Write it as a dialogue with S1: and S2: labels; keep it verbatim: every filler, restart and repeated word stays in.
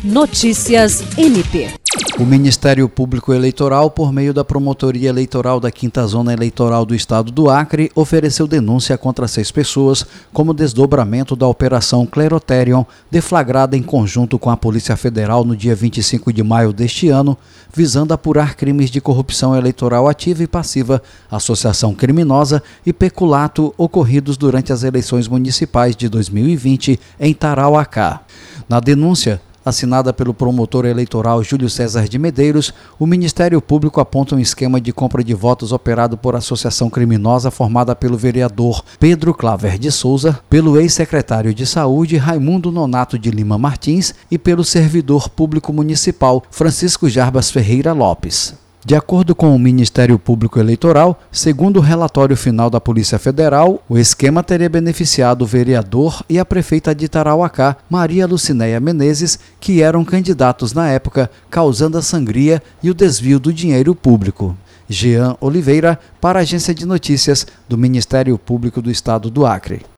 S1: Notícias M P.
S2: O Ministério Público Eleitoral, por meio da Promotoria Eleitoral da quinta Zona Eleitoral do Estado do Acre, ofereceu denúncia contra seis pessoas como desdobramento da Operação Clerotherion, deflagrada em conjunto com a Polícia Federal no dia vinte e cinco de maio deste ano, visando apurar crimes de corrupção eleitoral ativa e passiva, associação criminosa e peculato ocorridos durante as eleições municipais de dois mil e vinte em Tarauacá. Na denúncia, assinada pelo promotor eleitoral Júlio César de Medeiros, o Ministério Público aponta um esquema de compra de votos operado por associação criminosa formada pelo vereador Pedro Claver de Souza, pelo ex-secretário de Saúde Raimundo Nonato de Lima Martins e pelo servidor público municipal Francisco Jarbas Ferreira Lopes. De acordo com o Ministério Público Eleitoral, segundo o relatório final da Polícia Federal, o esquema teria beneficiado o vereador e a prefeita de Tarauacá, Maria Lucinéia Menezes, que eram candidatos na época, causando a sangria e o desvio do dinheiro público. Jean Oliveira, para a Agência de Notícias do Ministério Público do Estado do Acre.